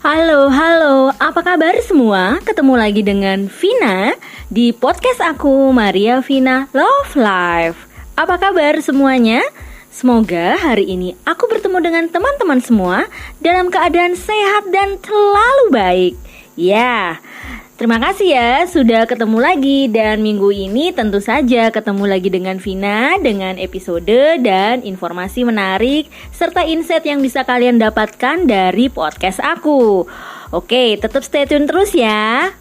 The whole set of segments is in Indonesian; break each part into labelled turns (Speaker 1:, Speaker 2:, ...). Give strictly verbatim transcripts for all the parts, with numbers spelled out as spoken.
Speaker 1: Halo, halo, apa kabar semua? Ketemu lagi dengan Vina di podcast aku, Maria Vina Love Life. Apa kabar semuanya? Semoga hari ini aku bertemu dengan teman-teman semua dalam keadaan sehat dan selalu baik. Ya, terima kasih ya sudah ketemu lagi. Dan minggu ini tentu saja ketemu lagi dengan Vina dengan episode dan informasi menarik serta insight yang bisa kalian dapatkan dari podcast aku. Oke, tetap stay tune terus ya.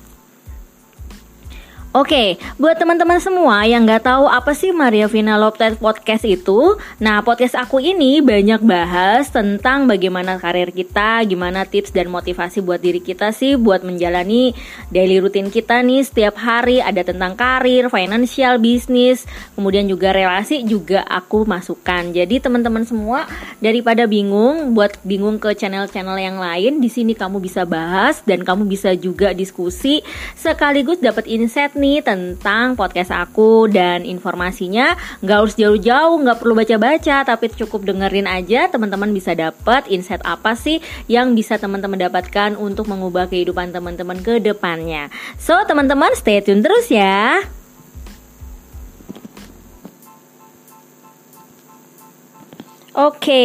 Speaker 1: Oke, buat teman-teman semua yang gak tahu apa sih Maria Vina Love Life Podcast itu, nah podcast aku ini banyak bahas tentang bagaimana karir kita, gimana tips dan motivasi buat diri kita sih buat menjalani daily routine kita nih setiap hari. Ada tentang karir, financial, bisnis, kemudian juga relasi juga aku masukkan. Jadi teman-teman semua daripada bingung buat bingung ke channel-channel yang lain, di sini kamu bisa bahas dan kamu bisa juga diskusi sekaligus dapat insight nih tentang podcast aku. Dan informasinya gak harus jauh-jauh, gak perlu baca-baca, tapi cukup dengerin aja. Teman-teman bisa dapat insight apa sih yang bisa teman-teman dapatkan untuk mengubah kehidupan teman-teman ke depannya. So teman-teman stay tune terus ya. Oke,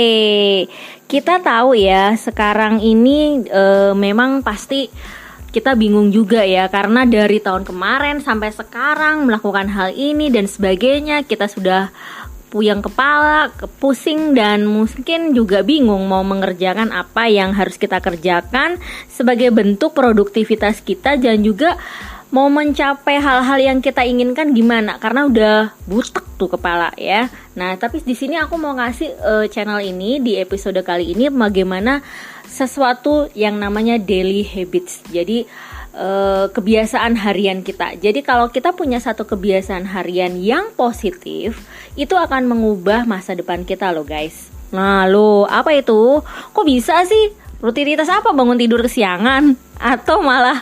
Speaker 1: kita tahu ya sekarang ini e, memang pasti kita bingung juga ya, karena dari tahun kemarin sampai sekarang melakukan hal ini dan sebagainya, kita sudah puyeng kepala, pusing, dan mungkin juga bingung mau mengerjakan apa yang harus kita kerjakan sebagai bentuk produktivitas kita dan juga mau mencapai hal-hal yang kita inginkan gimana, karena udah butek tuh kepala ya. Nah, tapi di sini aku mau ngasih uh, channel ini di episode kali ini bagaimana sesuatu yang namanya daily habits. Jadi uh, kebiasaan harian kita. Jadi kalau kita punya satu kebiasaan harian yang positif, itu akan mengubah masa depan kita loh guys. Nah lo apa itu? Kok bisa sih? Rutinitas apa? Bangun tidur kesiangan? Atau malah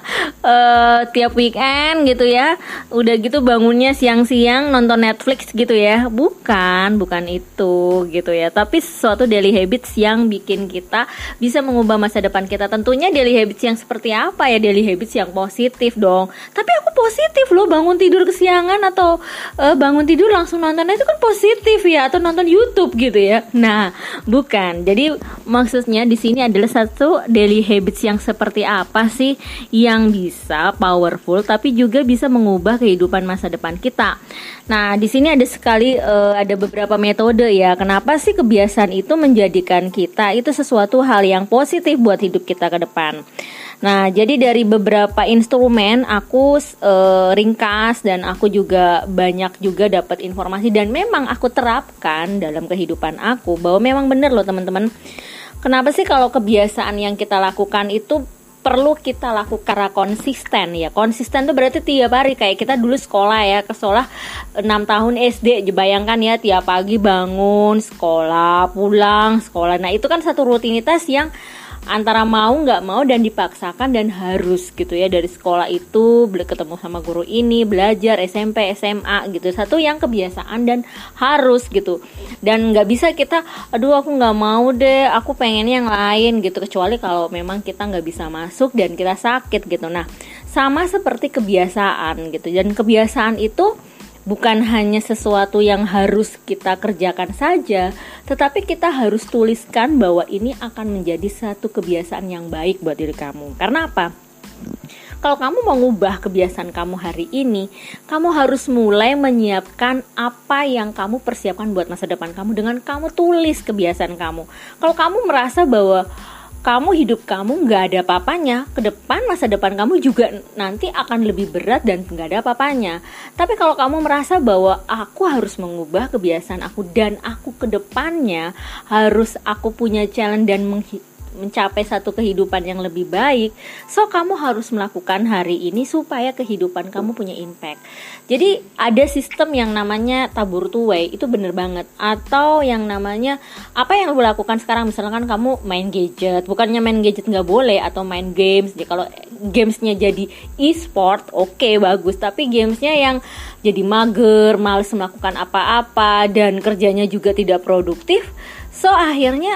Speaker 1: uh, tiap weekend gitu ya, udah gitu bangunnya siang-siang nonton Netflix gitu ya? Bukan, bukan itu gitu ya. Tapi sesuatu daily habits yang bikin kita bisa mengubah masa depan kita. Tentunya daily habits yang seperti apa ya? Daily habits yang positif dong. Tapi aku positif loh, bangun tidur kesiangan atau uh, bangun tidur langsung nonton, itu kan positif ya, atau nonton YouTube gitu ya. Nah, bukan. Jadi maksudnya di sini adalah satu daily habits yang seperti apa sih yang bisa powerful tapi juga bisa mengubah kehidupan masa depan kita. Nah, di sini ada sekali uh, ada beberapa metode ya. Kenapa sih kebiasaan itu menjadikan kita itu sesuatu hal yang positif buat hidup kita ke depan. Nah, jadi dari beberapa instrumen aku uh, ringkas dan aku juga banyak juga dapat informasi dan memang aku terapkan dalam kehidupan aku bahwa memang benar loh teman-teman. Kenapa sih kalau kebiasaan yang kita lakukan itu perlu kita lakukan karena konsisten ya. Konsisten tuh berarti tiap hari. Kayak kita dulu sekolah ya, ke sekolah enam tahun S D. Bayangkan ya, tiap pagi bangun, sekolah, pulang, sekolah. Nah itu kan satu rutinitas yang antara mau gak mau dan dipaksakan dan harus gitu ya. Dari sekolah itu ketemu sama guru ini, belajar S M P, S M A gitu. Satu yang kebiasaan dan harus gitu. Dan gak bisa kita, aduh aku gak mau deh, aku pengen yang lain gitu. Kecuali kalau memang kita gak bisa masuk dan kita sakit gitu. Nah sama seperti kebiasaan gitu. Dan kebiasaan itu bukan hanya sesuatu yang harus kita kerjakan saja, tetapi kita harus tuliskan bahwa ini akan menjadi satu kebiasaan yang baik buat diri kamu. Karena apa? Kalau kamu mau ngubah kebiasaan kamu hari ini, kamu harus mulai menyiapkan apa yang kamu persiapkan buat masa depan kamu dengan kamu tulis kebiasaan kamu. Kalau kamu merasa bahwa kamu hidup kamu gak ada apa-apanya, ke depan masa depan kamu juga nanti akan lebih berat dan gak ada apa-apanya. Tapi kalau kamu merasa bahwa aku harus mengubah kebiasaan aku dan aku ke depannya harus aku punya challenge dan menghi- mencapai satu kehidupan yang lebih baik, so kamu harus melakukan hari ini supaya kehidupan kamu punya impact. Jadi ada sistem yang namanya tabur tuai, itu bener banget. Atau yang namanya apa yang lo lakukan sekarang, misalkan kamu main gadget, bukannya main gadget nggak boleh, atau main games. Jadi kalau gamesnya jadi e-sport, oke okay, bagus. Tapi gamesnya yang jadi mager, males melakukan apa-apa dan kerjanya juga tidak produktif, so akhirnya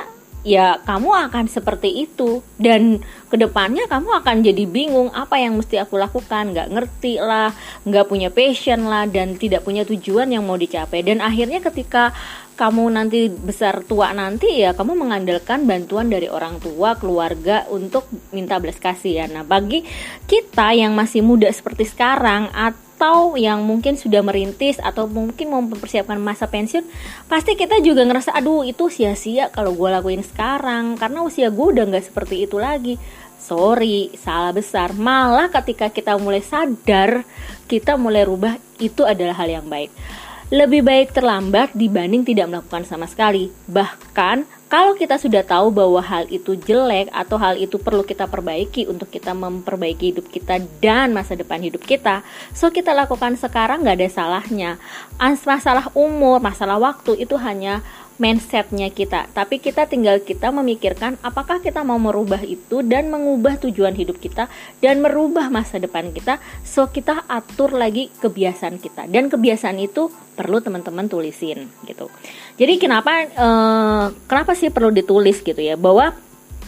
Speaker 1: ya kamu akan seperti itu, dan kedepannya kamu akan jadi bingung apa yang mesti aku lakukan, nggak ngerti lah, nggak punya passion lah, dan tidak punya tujuan yang mau dicapai. Dan akhirnya ketika kamu nanti besar tua nanti, ya kamu mengandalkan bantuan dari orang tua, keluarga untuk minta belas kasihan. Nah, bagi kita yang masih muda seperti sekarang, atau yang mungkin sudah merintis atau mungkin mau mempersiapkan masa pensiun, pasti kita juga ngerasa aduh itu sia-sia kalau gue lakuin sekarang karena usia gue udah nggak seperti itu lagi. Sorry, salah besar. Malah ketika kita mulai sadar, kita mulai rubah, itu adalah hal yang baik. Lebih baik terlambat dibanding tidak melakukan sama sekali. Bahkan kalau kita sudah tahu bahwa hal itu jelek atau hal itu perlu kita perbaiki untuk kita memperbaiki hidup kita dan masa depan hidup kita, so kita lakukan sekarang, gak ada salahnya. Masalah umur, masalah waktu itu hanya mindsetnya kita, tapi kita tinggal kita memikirkan apakah kita mau merubah itu dan mengubah tujuan hidup kita dan merubah masa depan kita. So kita atur lagi kebiasaan kita, dan kebiasaan itu perlu teman-teman tulisin gitu. Jadi kenapa eh, kenapa sih perlu ditulis gitu ya, bahwa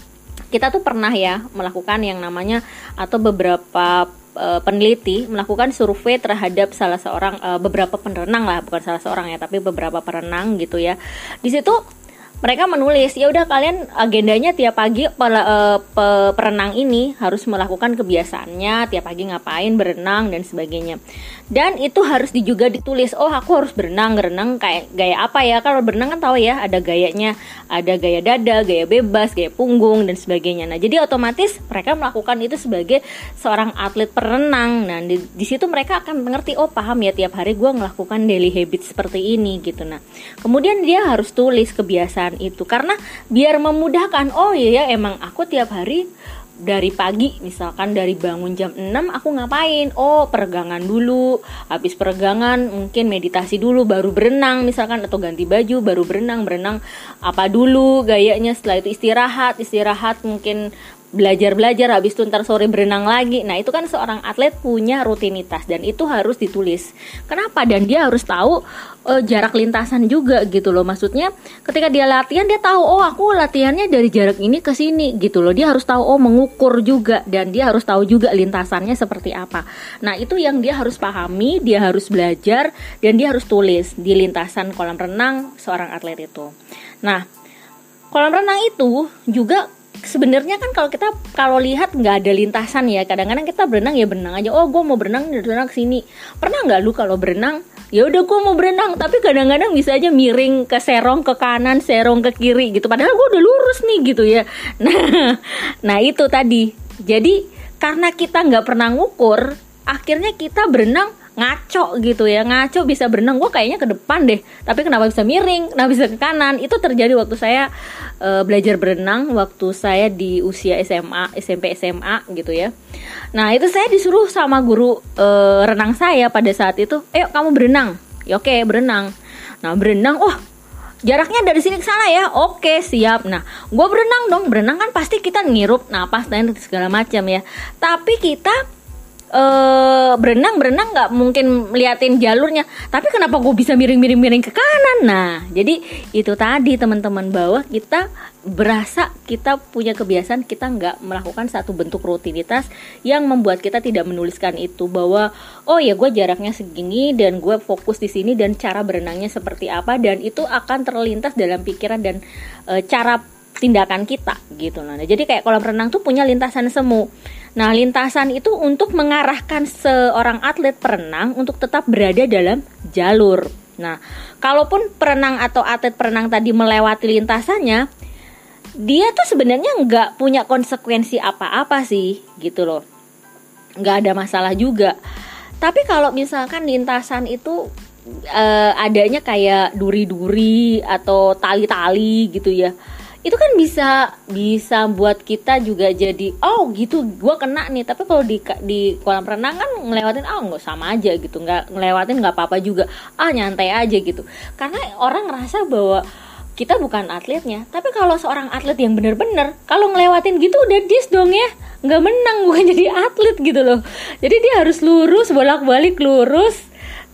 Speaker 1: kita tuh pernah ya melakukan yang namanya atau beberapa peneliti melakukan survei terhadap salah seorang uh, beberapa perenang lah, bukan salah seorang ya, tapi beberapa perenang gitu ya. Di situ mereka menulis, ya udah kalian agendanya tiap pagi pela, uh, pe, perenang ini harus melakukan kebiasaannya, tiap pagi ngapain, berenang dan sebagainya. Dan itu harus juga ditulis, oh aku harus berenang, berenang kayak gaya apa ya? Kalau berenang kan tahu ya, ada gayanya, ada gaya dada, gaya bebas, gaya punggung dan sebagainya. Nah, jadi otomatis mereka melakukan itu sebagai seorang atlet perenang. Nah, di, di situ mereka akan mengerti, oh paham ya, tiap hari gue melakukan daily habit seperti ini gitu. Nah, kemudian dia harus tulis kebiasaan itu karena biar memudahkan. Oh iya ya, emang aku tiap hari dari pagi, misalkan dari bangun jam enam aku ngapain? Oh, peregangan dulu. Habis peregangan mungkin meditasi dulu baru berenang misalkan, atau ganti baju baru berenang. Berenang apa dulu gayanya, setelah itu istirahat, istirahat mungkin belajar-belajar, habis itu ntar sore berenang lagi. Nah, itu kan seorang atlet punya rutinitas dan itu harus ditulis. Kenapa? Dan dia harus tahu uh, jarak lintasan juga gitu loh. Maksudnya ketika dia latihan, dia tahu oh aku latihannya dari jarak ini ke sini gitu loh. Dia harus tahu oh mengukur juga, dan dia harus tahu juga lintasannya seperti apa. Nah, itu yang dia harus pahami, dia harus belajar, dan dia harus tulis di lintasan kolam renang seorang atlet itu. Nah, kolam renang itu juga sebenarnya kan kalau kita kalau lihat nggak ada lintasan ya, kadang-kadang kita berenang ya berenang aja, oh gue mau berenang berenang ke sini. Pernah nggak lu kalau berenang ya udah gue mau berenang, tapi kadang-kadang bisa aja miring ke serong ke kanan, serong ke kiri gitu, padahal gue udah lurus nih gitu ya. Nah, nah itu tadi. Jadi karena kita nggak pernah ngukur, akhirnya kita berenang ngaco gitu ya, ngaco bisa berenang, gue kayaknya ke depan deh, tapi kenapa bisa miring, kenapa bisa ke kanan. Itu terjadi waktu saya e, belajar berenang, waktu saya di usia S M A, S M P S M A gitu ya. Nah, itu saya disuruh sama guru e, renang saya pada saat itu, ayo kamu berenang. Ya oke, berenang. Nah, berenang, oh jaraknya dari sini ke sana ya, oke siap. Nah, gue berenang dong, berenang kan pasti kita ngirup napas dan segala macam ya, tapi kita Uh, berenang berenang nggak mungkin liatin jalurnya, tapi kenapa gue bisa miring-miring-miring ke kanan? Nah, jadi itu tadi teman-teman, bahwa kita berasa kita punya kebiasaan, kita nggak melakukan satu bentuk rutinitas yang membuat kita tidak menuliskan itu, bahwa oh ya gue jaraknya segini dan gue fokus di sini dan cara berenangnya seperti apa, dan itu akan terlintas dalam pikiran dan uh, cara tindakan kita gitu. Nah, jadi kayak kolam renang tuh punya lintasan semu. Nah, lintasan itu untuk mengarahkan seorang atlet perenang untuk tetap berada dalam jalur. Nah, kalaupun perenang atau atlet perenang tadi melewati lintasannya, dia tuh sebenarnya nggak punya konsekuensi apa-apa sih gitu loh, nggak ada masalah juga. Tapi kalau misalkan lintasan itu uh, adanya kayak duri-duri atau tali-tali gitu ya, itu kan bisa bisa buat kita juga jadi oh gitu gue kena nih. Tapi kalau di di kolam renang kan ngelewatin ah oh, nggak sama aja gitu, nggak ngelewatin nggak apa-apa juga, ah nyantai aja gitu, karena orang ngerasa bahwa kita bukan atletnya. Tapi kalau seorang atlet yang bener-bener kalau ngelewatin gitu udah dis dong ya, nggak menang, bukan jadi atlet gitu loh. Jadi dia harus lurus bolak-balik lurus,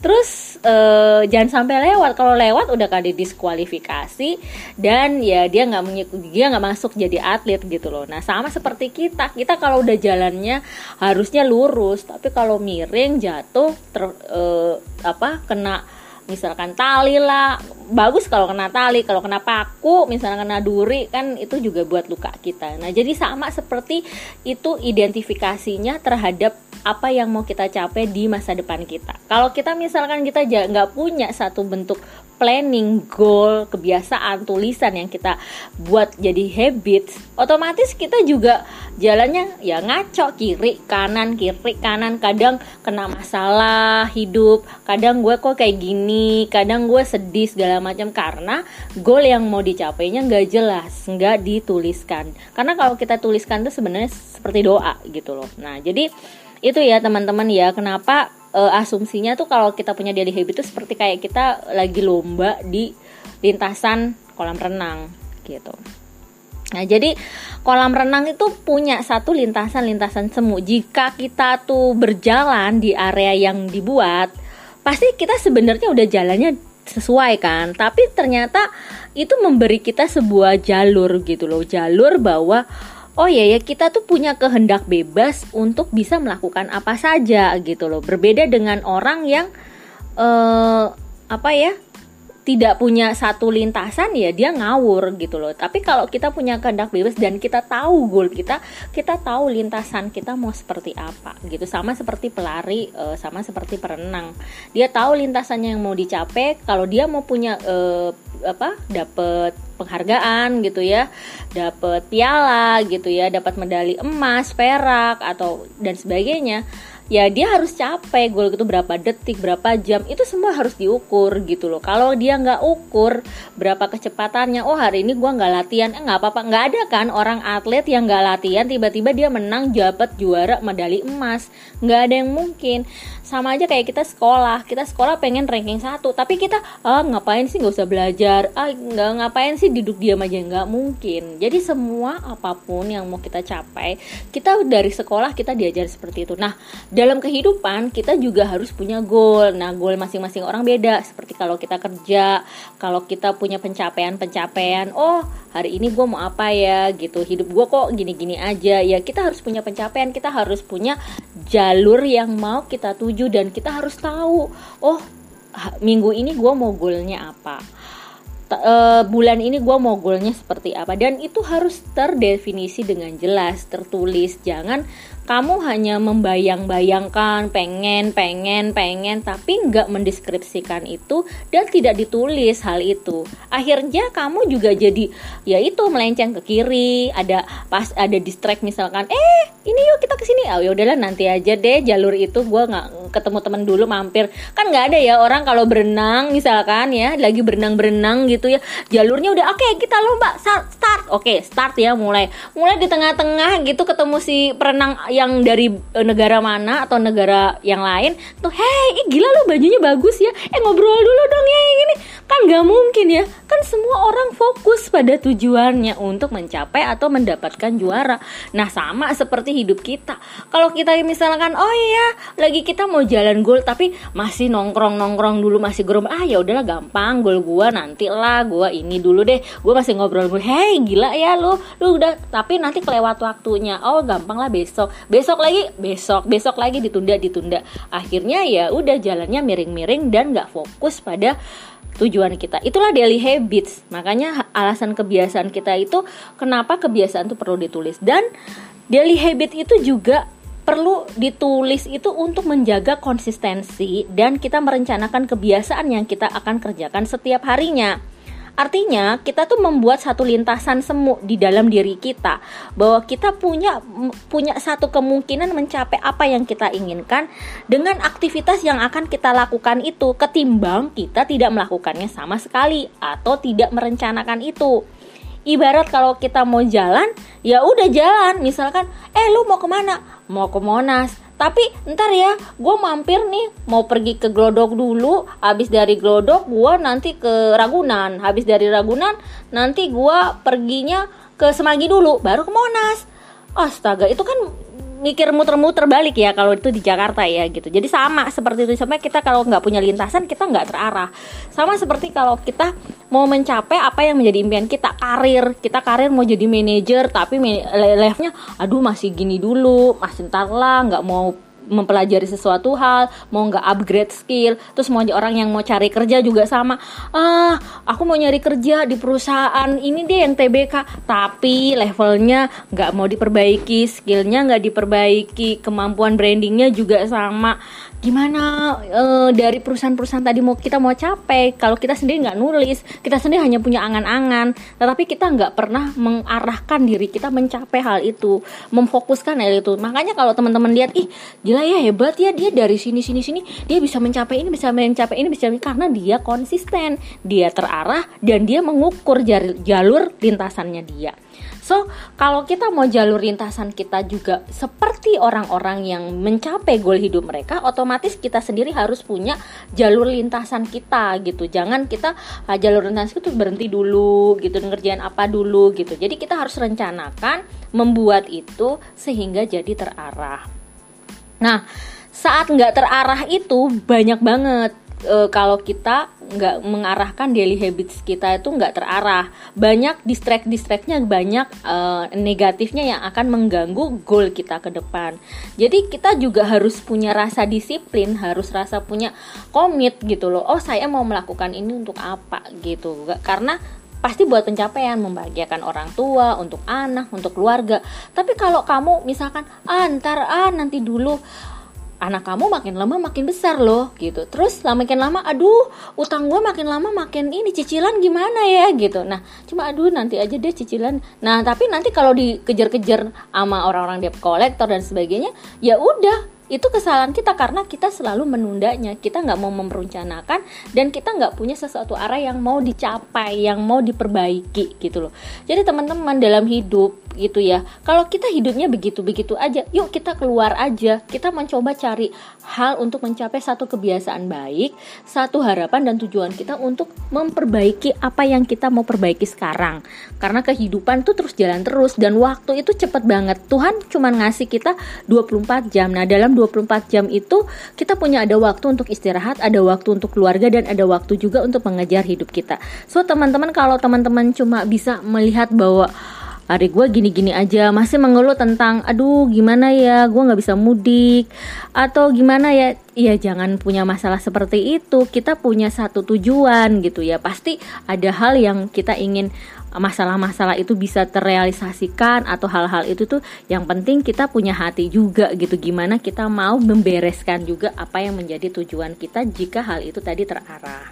Speaker 1: Terus uh, jangan sampai lewat. Kalau lewat udah kan didiskualifikasi dan ya dia nggak dia nggak masuk jadi atlet gitu loh. Nah sama seperti kita, kita kalau udah jalannya harusnya lurus, tapi kalau miring jatuh ter, uh, apa kena misalkan tali lah, bagus kalau kena tali, kalau kena paku misalkan kena duri kan itu juga buat luka kita. Nah jadi sama seperti itu identifikasinya terhadap apa yang mau kita capai di masa depan kita. Kalau kita misalkan kita nggak punya satu bentuk planning, goal, kebiasaan, tulisan yang kita buat jadi habit, otomatis kita juga jalannya ya ngaco, kiri kanan kiri kanan, kadang kena masalah hidup, kadang gue kok kayak gini, kadang gue sedih segala macam karena goal yang mau dicapainya nggak jelas, nggak dituliskan. Karena kalau kita tuliskan itu sebenarnya seperti doa gitu loh. Nah jadi itu ya teman-teman ya, kenapa Uh, asumsinya tuh kalau kita punya daily habit itu seperti kayak kita lagi lomba di lintasan kolam renang gitu. Nah jadi kolam renang itu punya satu lintasan-lintasan semu. Jika kita tuh berjalan di area yang dibuat, pasti kita sebenarnya udah jalannya sesuai kan. Tapi ternyata itu memberi kita sebuah jalur gitu loh, jalur bahwa oh ya ya kita tuh punya kehendak bebas untuk bisa melakukan apa saja gitu loh. Berbeda dengan orang yang eh, apa ya tidak punya satu lintasan, ya dia ngawur gitu loh. Tapi kalau kita punya kehendak bebas dan kita tahu goal kita, kita tahu lintasan kita mau seperti apa gitu. Sama seperti pelari, eh, sama seperti perenang. Dia tahu lintasannya yang mau dicapai. Kalau dia mau punya eh, apa dapat penghargaan gitu ya, dapat piala gitu ya, dapat medali emas, perak atau dan sebagainya, ya dia harus capai goal itu berapa detik, berapa jam, itu semua harus diukur gitu loh. Kalau dia nggak ukur berapa kecepatannya, oh hari ini gua nggak latihan, eh nggak apa-apa. Nggak ada kan orang atlet yang nggak latihan tiba-tiba dia menang, dapat juara medali emas, nggak ada yang mungkin. Sama aja kayak kita sekolah, kita sekolah pengen ranking satu, tapi kita ah ngapain sih nggak usah belajar, ah nggak ngapain sih duduk diam aja, nggak mungkin. Jadi semua apapun yang mau kita capai, kita dari sekolah kita diajar seperti itu. Nah dalam kehidupan kita juga harus punya goal. Nah goal masing-masing orang beda. Seperti kalau kita kerja, kalau kita punya pencapaian-pencapaian, oh hari ini gue mau apa ya gitu, hidup gue kok gini-gini aja. Ya kita harus punya pencapaian, kita harus punya jalur yang mau kita tuju. Dan kita harus tahu, oh minggu ini gue mau goalnya apa, T- uh, bulan ini gue mau goalnya seperti apa. Dan itu harus terdefinisi dengan jelas, tertulis. Jangan kamu hanya membayang-bayangkan, pengen, pengen, pengen, tapi nggak mendeskripsikan itu dan tidak ditulis hal itu. Akhirnya kamu juga jadi, ya itu melenceng ke kiri. Ada pas ada distract misalkan, eh ini yuk kita kesini. Oh ya udahlah nanti aja deh jalur itu, gue nggak ketemu teman dulu mampir. Kan nggak ada ya orang kalau berenang misalkan ya, lagi berenang-berenang gitu ya, jalurnya udah oke okay, kita lomba start, start. oke okay, start ya mulai, mulai di tengah-tengah gitu ketemu si perenang yang dari negara mana atau negara yang lain tuh, hei ih, gila lu bajunya bagus ya, eh ngobrol dulu dong ya ini. Kan gak mungkin ya, kan semua orang fokus pada tujuannya untuk mencapai atau mendapatkan juara. Nah sama seperti hidup kita, kalau kita misalkan oh iya lagi kita mau jalan goal tapi masih nongkrong-nongkrong dulu, masih gerom, ah ya udahlah gampang goal gua nanti lah, gua ini dulu deh, gua masih ngobrol gue, hei gila ya lu, lu udah tapi nanti kelewat waktunya, oh gampang lah besok, besok lagi, besok, besok lagi ditunda, ditunda. Akhirnya ya udah jalannya miring-miring dan nggak fokus pada tujuan kita. Itulah daily habits. Makanya alasan kebiasaan kita itu, kenapa kebiasaan itu perlu ditulis. Dan daily habit itu juga perlu ditulis itu untuk menjaga konsistensi dan kita merencanakan kebiasaan yang kita akan kerjakan setiap harinya. Artinya kita tuh membuat satu lintasan semu di dalam diri kita, bahwa kita punya punya satu kemungkinan mencapai apa yang kita inginkan dengan aktivitas yang akan kita lakukan itu, ketimbang kita tidak melakukannya sama sekali atau tidak merencanakan itu. Ibarat kalau kita mau jalan, ya udah jalan. Misalkan, eh lu mau kemana? Mau ke Monas. Tapi ntar ya, gue mampir nih, mau pergi ke Glodok dulu. Habis dari Glodok, gue nanti ke Ragunan. Habis dari Ragunan, nanti gue perginya ke Semanggi dulu, baru ke Monas. Astaga, itu kan mikir muter-muter balik ya kalau itu di Jakarta ya gitu. Jadi sama seperti itu, sampai kita kalau nggak punya lintasan kita nggak terarah. Sama seperti kalau kita mau mencapai apa yang menjadi impian kita, karir kita karir mau jadi manajer tapi levelnya aduh masih gini dulu, masih ntar lah, nggak mau mempelajari sesuatu hal, mau nggak upgrade skill. Terus mau orang yang mau cari kerja juga sama, ah aku mau nyari kerja di perusahaan ini deh yang T B K, tapi levelnya nggak mau diperbaiki, skillnya nggak diperbaiki, kemampuan brandingnya juga sama. Gimana e, dari perusahaan-perusahaan tadi mau kita mau capai kalau kita sendiri nggak nulis, kita sendiri hanya punya angan-angan, tetapi kita nggak pernah mengarahkan diri kita mencapai hal itu, memfokuskan hal itu. Makanya kalau teman-teman lihat, ih gila ya, hebat ya dia dari sini sini sini dia bisa mencapai ini, bisa mencapai ini, bisa karena dia konsisten, dia terarah dan dia mengukur jalur lintasannya dia. So, kalau kita mau jalur lintasan kita juga seperti orang-orang yang mencapai goal hidup mereka, otomatis kita sendiri harus punya jalur lintasan kita gitu. Jangan kita ah, jalur lintasan itu berhenti dulu gitu, ngerjain apa dulu gitu. Jadi kita harus rencanakan membuat itu sehingga jadi terarah. Nah, saat nggak terarah itu banyak banget. E, kalau kita nggak mengarahkan daily habits kita itu nggak terarah, banyak distract-distractnya, banyak e, negatifnya yang akan mengganggu goal kita ke depan. Jadi kita juga harus punya rasa disiplin, harus rasa punya komit gitu loh. Oh saya mau melakukan ini untuk apa gitu, karena pasti buat pencapaian, membahagiakan orang tua, untuk anak, untuk keluarga. Tapi kalau kamu misalkan ah ntar ah nanti dulu, anak kamu makin lama makin besar loh gitu. Terus lama makin lama, aduh utang gue makin lama makin ini, cicilan gimana ya gitu. Nah cuma aduh nanti aja deh cicilan. Nah tapi nanti kalau dikejar-kejar sama orang-orang debt collector dan sebagainya, ya udah itu kesalahan kita karena kita selalu menundanya, kita nggak mau merencanakan dan kita nggak punya sesuatu arah yang mau dicapai, yang mau diperbaiki gitu loh. Jadi teman-teman dalam hidup gitu ya, kalau kita hidupnya begitu-begitu aja, yuk kita keluar aja, kita mencoba cari hal untuk mencapai satu kebiasaan baik, satu harapan dan tujuan kita untuk memperbaiki apa yang kita mau perbaiki sekarang. Karena kehidupan tuh terus jalan terus dan waktu itu cepet banget. Tuhan cuma ngasih kita dua puluh empat jam. Nah dalam dua puluh empat jam itu kita punya ada waktu untuk istirahat, ada waktu untuk keluarga, dan ada waktu juga untuk mengejar hidup kita. So teman-teman, kalau teman-teman cuma bisa melihat bahwa hari gue gini-gini aja, masih mengeluh tentang aduh gimana ya gue gak bisa mudik atau gimana ya, ya jangan punya masalah seperti itu. Kita punya satu tujuan gitu ya, pasti ada hal yang kita ingin masalah-masalah itu bisa terrealisasikan, atau hal-hal itu tuh yang penting kita punya hati juga gitu, gimana kita mau membereskan juga apa yang menjadi tujuan kita jika hal itu tadi terarah.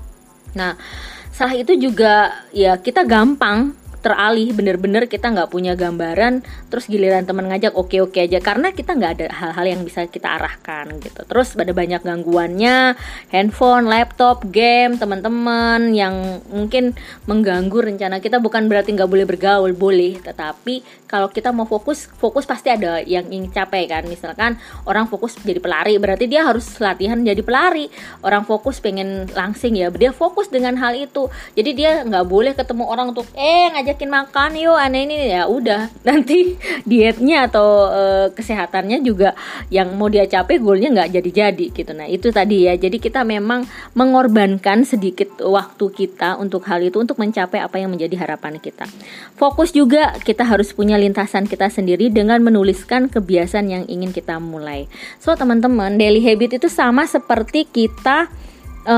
Speaker 1: Nah salah itu juga ya kita gampang teralih, bener-bener kita nggak punya gambaran, terus giliran teman ngajak oke-oke aja karena kita nggak ada hal-hal yang bisa kita arahkan gitu. Terus ada banyak gangguannya, handphone, laptop, game, teman-teman yang mungkin mengganggu rencana kita. Bukan berarti nggak boleh bergaul, boleh, tetapi kalau kita mau fokus, fokus pasti ada yang ingin capai kan. Misalkan orang fokus jadi pelari, berarti dia harus latihan jadi pelari. Orang fokus pengen langsing ya, dia fokus dengan hal itu. Jadi dia nggak boleh ketemu orang untuk eh ngajakin makan yuk aneh ini, ya udah nanti dietnya atau e, kesehatannya juga yang mau dia capai goalnya nggak jadi-jadi gitu. Nah itu tadi ya, jadi kita memang mengorbankan sedikit waktu kita untuk hal itu, untuk mencapai apa yang menjadi harapan kita. Fokus juga kita harus punya lintasan kita sendiri dengan menuliskan kebiasaan yang ingin kita mulai. So teman-teman, daily habit itu sama seperti kita e,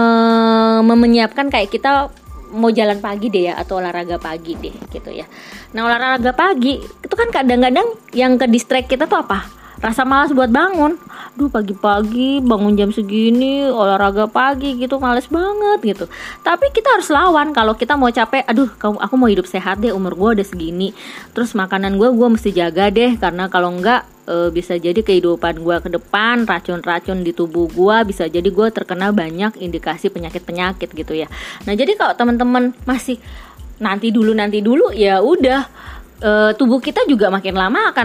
Speaker 1: menyiapkan kayak kita mau jalan pagi deh ya, atau olahraga pagi deh gitu ya. Nah olahraga pagi itu kan kadang-kadang yang ke distract kita tuh apa? Rasa malas buat bangun. Duh pagi-pagi bangun jam segini olahraga pagi gitu, males banget gitu. Tapi kita harus lawan. Kalau kita mau capek, aduh aku mau hidup sehat deh, umur gue udah segini, terus makanan gue gue mesti jaga deh, karena kalau enggak e, bisa jadi kehidupan gue ke depan, racun-racun di tubuh gue, bisa jadi gue terkena banyak indikasi penyakit-penyakit gitu ya. Nah jadi kalau teman-teman masih nanti dulu nanti dulu, ya udah e, tubuh kita juga makin lama akan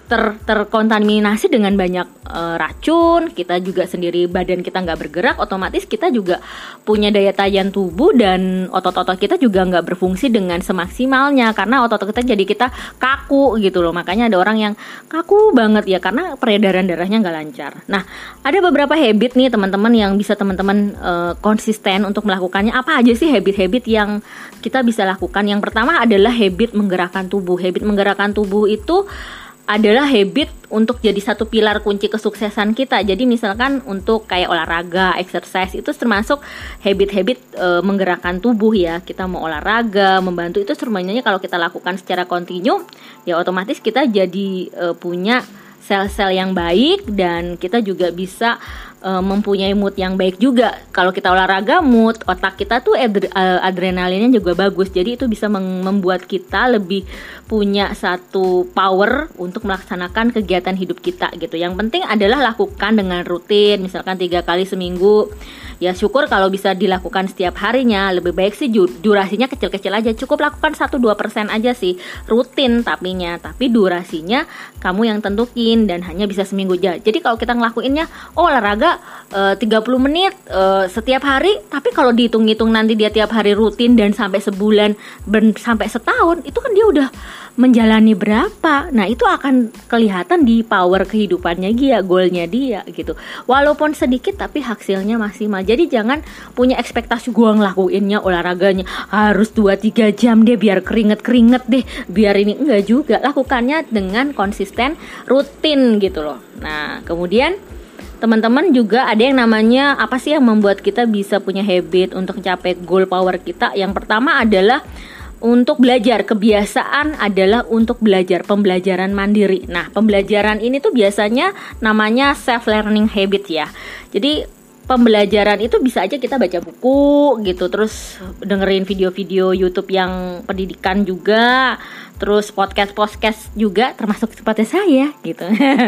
Speaker 1: ter terkontaminasi dengan banyak uh, racun. Kita juga sendiri badan kita nggak bergerak, otomatis kita juga punya daya tahan tubuh dan otot-otot kita juga nggak berfungsi dengan semaksimalnya karena otot-otot kita jadi kita kaku gitu loh. Makanya ada orang yang kaku banget ya karena peredaran darahnya nggak lancar. Nah, ada beberapa habit nih teman-teman yang bisa teman-teman uh, konsisten untuk melakukannya. Apa aja sih habit-habit yang kita bisa lakukan? Yang pertama adalah habit menggerakkan tubuh. Habit menggerakkan tubuh itu adalah habit untuk jadi satu pilar kunci kesuksesan kita. Jadi misalkan untuk kayak olahraga, exercise itu termasuk habit-habit e, menggerakkan tubuh ya. Kita mau olahraga, membantu itu semuanya kalau kita lakukan secara kontinu, ya otomatis kita jadi e, punya sel-sel yang baik dan kita juga bisa e, mempunyai mood yang baik juga. Kalau kita olahraga, mood otak kita tuh adre, adrenalinnya juga bagus. Jadi itu bisa mem- membuat kita lebih punya satu power untuk melaksanakan kegiatan hidup kita gitu. Yang penting adalah lakukan dengan rutin, misalkan tiga kali seminggu. Ya syukur kalau bisa dilakukan setiap harinya. Lebih baik sih durasinya kecil-kecil aja. Cukup lakukan satu sampai dua persen aja sih. Rutin tapinya. Tapi durasinya kamu yang tentukin dan hanya bisa seminggu aja. Jadi kalau kita ngelakuinnya, oh olahraga e, tiga puluh menit e, setiap hari. Tapi kalau dihitung-hitung nanti dia tiap hari rutin dan sampai sebulan ben, sampai setahun, itu kan dia udah menjalani berapa. Nah itu akan kelihatan di power kehidupannya dia, goalnya dia gitu. Walaupun sedikit tapi hasilnya maksimal. Jadi jangan punya ekspektasi gua ngelakuinnya olahraganya harus dua tiga jam deh biar keringet-keringet deh, biar ini. Enggak juga, lakukannya dengan konsisten rutin gitu loh. Nah kemudian teman-teman juga ada yang namanya apa sih yang membuat kita bisa punya habit untuk mencapai goal power kita. Yang pertama adalah untuk belajar. Kebiasaan adalah untuk belajar, pembelajaran mandiri. Nah pembelajaran ini tuh biasanya namanya self learning habit ya. Jadi pembelajaran itu bisa aja kita baca buku gitu, terus dengerin video-video YouTube yang pendidikan juga, terus podcast-podcast juga termasuk seperti saya gitu.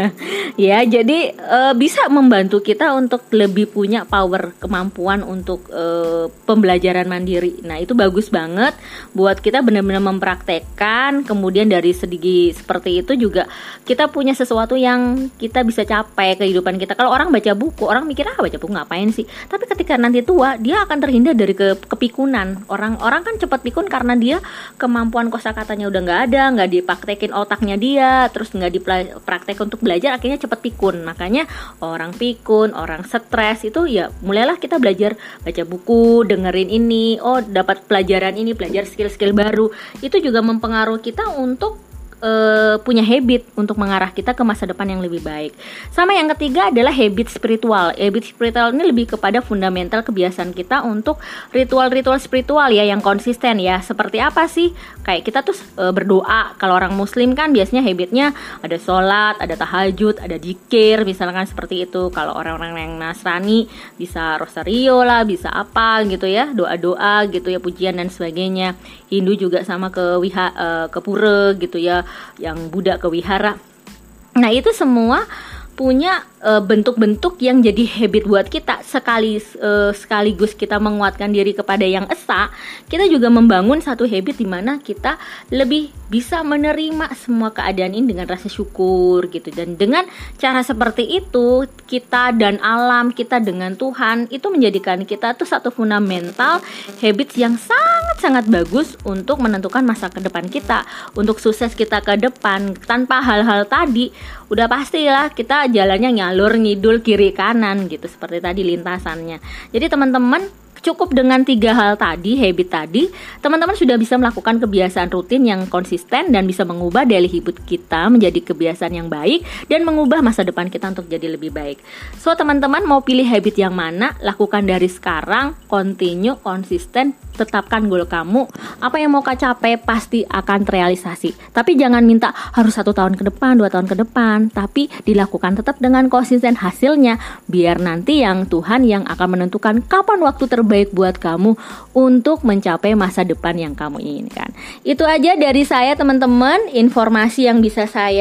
Speaker 1: Ya, jadi e, bisa membantu kita untuk lebih punya power, kemampuan untuk e, pembelajaran mandiri. Nah, itu bagus banget buat kita benar-benar mempraktekkan. Kemudian dari segi seperti itu juga kita punya sesuatu yang kita bisa capai kehidupan kita. Kalau orang baca buku, orang mikir ah baca buku ngapain sih? Tapi ketika nanti tua, dia akan terhindar dari ke, kepikunan. Orang-orang kan cepat pikun karena dia kemampuan kosakatanya udah nggak ada, nggak dipraktekin otaknya dia, terus nggak dipraktek untuk belajar, akhirnya cepat pikun. Makanya orang pikun, orang stres itu ya mulailah kita belajar baca buku, dengerin ini, oh dapat pelajaran ini, belajar skill-skill baru. Itu juga mempengaruhi kita untuk Uh, punya habit untuk mengarah kita ke masa depan yang lebih baik. Sama yang ketiga adalah habit spiritual. Habit spiritual ini lebih kepada fundamental kebiasaan kita untuk ritual-ritual spiritual ya yang konsisten ya. Seperti apa sih? Kayak kita tuh uh, berdoa. Kalau orang muslim kan biasanya habitnya ada sholat, ada tahajud, ada zikir, misalkan seperti itu. Kalau orang-orang yang Nasrani bisa rosario lah, bisa apa gitu ya, doa-doa gitu ya, pujian dan sebagainya. Hindu juga sama ke wiha, uh, ke pura gitu ya, yang Buddha ke wihara. Nah itu semua punya e, bentuk-bentuk yang jadi habit buat kita. Sekali e, sekaligus kita menguatkan diri kepada yang esa, kita juga membangun satu habit di mana kita lebih bisa menerima semua keadaan ini dengan rasa syukur gitu. Dan dengan cara seperti itu, kita dan alam, kita dengan Tuhan, itu menjadikan kita tuh satu fundamental habits yang sangat-sangat bagus untuk menentukan masa ke depan kita, untuk sukses kita ke depan. Tanpa hal-hal tadi, udah pastilah kita jalannya nyalur ngidul kiri kanan gitu, seperti tadi lintasannya. Jadi teman-teman, cukup dengan tiga hal tadi, habit tadi, teman-teman sudah bisa melakukan kebiasaan rutin yang konsisten dan bisa mengubah daily habit kita menjadi kebiasaan yang baik dan mengubah masa depan kita untuk jadi lebih baik. So teman-teman mau pilih habit yang mana? Lakukan dari sekarang, continue, konsisten, tetapkan goal kamu. Apa yang mau kau capai pasti akan terrealisasi. Tapi jangan minta harus satu tahun ke depan, dua tahun ke depan. Tapi dilakukan tetap dengan konsisten hasilnya. Biar nanti yang Tuhan yang akan menentukan kapan waktu terbaik buat kamu untuk mencapai masa depan yang kamu inginkan. Itu aja dari saya teman-teman, informasi yang bisa saya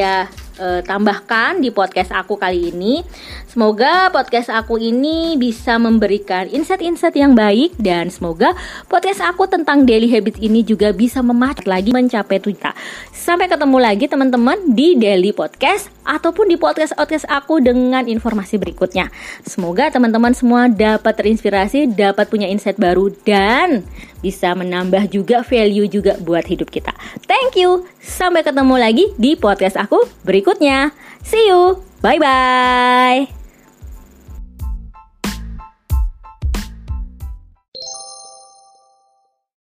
Speaker 1: uh, tambahkan di podcast aku kali ini. Semoga podcast aku ini bisa memberikan insight-insight yang baik, dan semoga podcast aku tentang daily habits ini juga bisa memacu lagi mencapai tujuan. Sampai ketemu lagi teman-teman di Daily Podcast ataupun di podcast-podcast aku dengan informasi berikutnya. Semoga teman-teman semua dapat terinspirasi, dapat punya insight baru, dan bisa menambah juga value juga buat hidup kita. Thank you. Sampai ketemu lagi di podcast aku berikutnya. See you. Bye-bye.